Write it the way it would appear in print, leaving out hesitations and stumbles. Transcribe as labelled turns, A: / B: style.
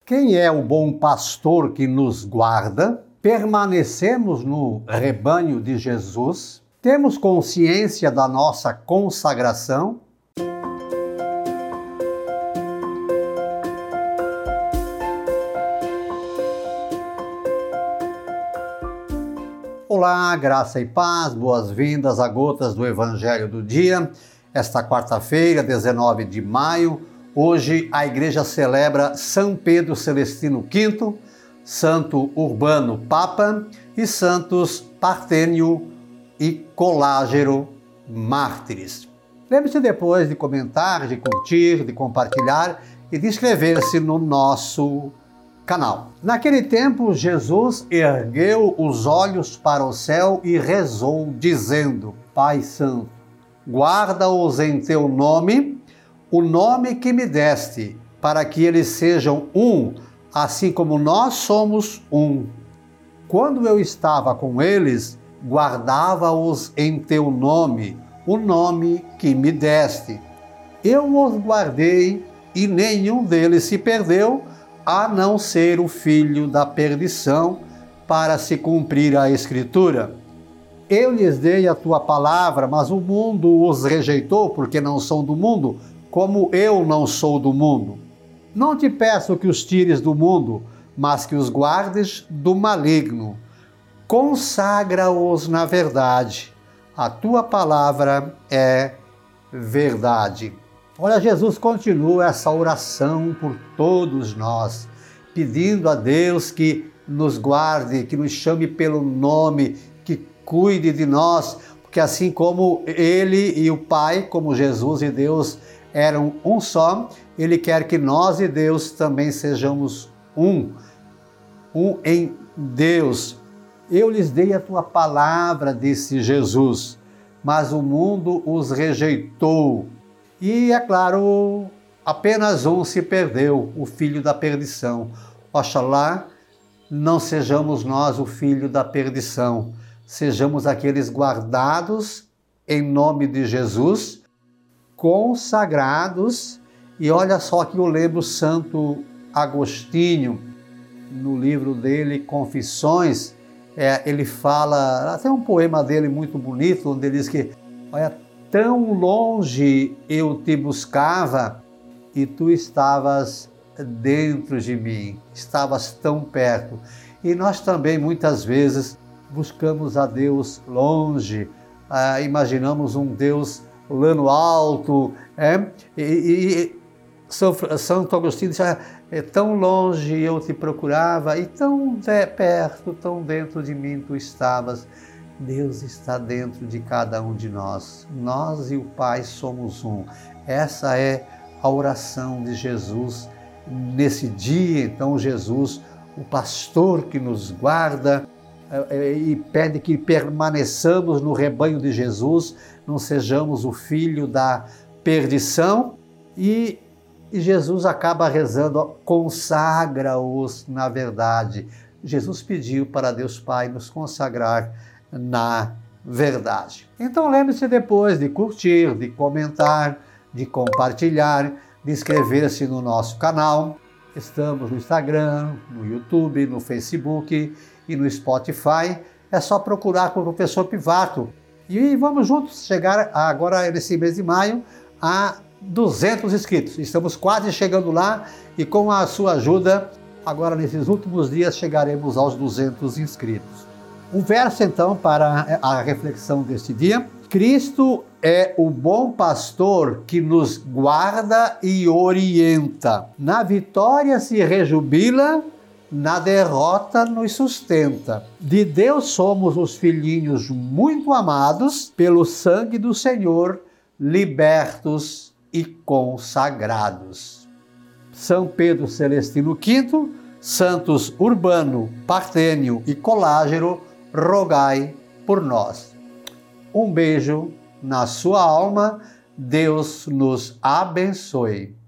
A: Quem é o bom pastor que nos guarda? Permanecemos no rebanho de Jesus? Temos consciência da nossa consagração? Olá, graça e paz, boas-vindas a Gotas do Evangelho do Dia. Esta quarta-feira, 19 de maio, hoje a Igreja celebra São Pedro Celestino V, Santo Urbano Papa e Santos Partênio e Colágero mártires. Lembre-se depois de comentar, de curtir, de compartilhar e de inscrever-se no nosso canal. Naquele tempo, Jesus ergueu os olhos para o céu e rezou, dizendo: Pai Santo, guarda-os em teu nome, o nome que me deste, para que eles sejam um, assim como nós somos um. Quando eu estava com eles, guardava-os em teu nome, o nome que me deste. Eu os guardei e nenhum deles se perdeu, a não ser o filho da perdição, para se cumprir a Escritura. Eu lhes dei a tua palavra, mas o mundo os rejeitou, porque não são do mundo, como eu não sou do mundo. Não te peço que os tires do mundo, mas que os guardes do maligno. Consagra-os na verdade. A tua palavra é verdade. Olha, Jesus continua essa oração por todos nós, pedindo a Deus que nos guarde, que nos chame pelo nome, que cuide de nós, porque assim como Ele e o Pai, como Jesus e Deus eram um só, Ele quer que nós e Deus também sejamos um em Deus. Eu lhes dei a tua palavra, disse Jesus, mas o mundo os rejeitou. E, é claro, apenas um se perdeu, o filho da perdição. Oxalá não sejamos nós o filho da perdição, sejamos aqueles guardados em nome de Jesus, consagrados. E olha só que eu lembro Santo Agostinho, no livro dele, Confissões, ele fala, até um poema dele muito bonito, onde ele diz que, olha, tão longe eu te buscava e tu estavas dentro de mim, estavas tão perto. E nós também muitas vezes buscamos a Deus longe, imaginamos um Deus lá no alto, e Santo Agostinho diz, tão longe eu te procurava e tão perto, tão dentro de mim tu estavas. Deus está dentro de cada um de nós. Nós e o Pai somos um. Essa é a oração de Jesus nesse dia. Então, Jesus, o pastor que nos guarda e pede que permaneçamos no rebanho de Jesus, não sejamos o filho da perdição. E Jesus acaba rezando, consagra-os na verdade. Jesus pediu para Deus Pai nos consagrar na verdade. Então lembre-se depois de curtir, de comentar, de compartilhar, de inscrever-se no nosso canal. Estamos no Instagram, no YouTube, no Facebook e no Spotify. É só procurar com o Professor Pivato. E vamos juntos chegar agora, nesse mês de maio, a 200 inscritos. Estamos quase chegando lá e com a sua ajuda, agora nesses últimos dias, chegaremos aos 200 inscritos. Um verso, então, para a reflexão deste dia. Cristo é o bom pastor que nos guarda e orienta. Na vitória se rejubila, na derrota nos sustenta. De Deus somos os filhinhos muito amados, pelo sangue do Senhor, libertos e consagrados. São Pedro Celestino V, Santos Urbano, Partênio e Colágero, rogai por nós. Um beijo na sua alma, Deus nos abençoe.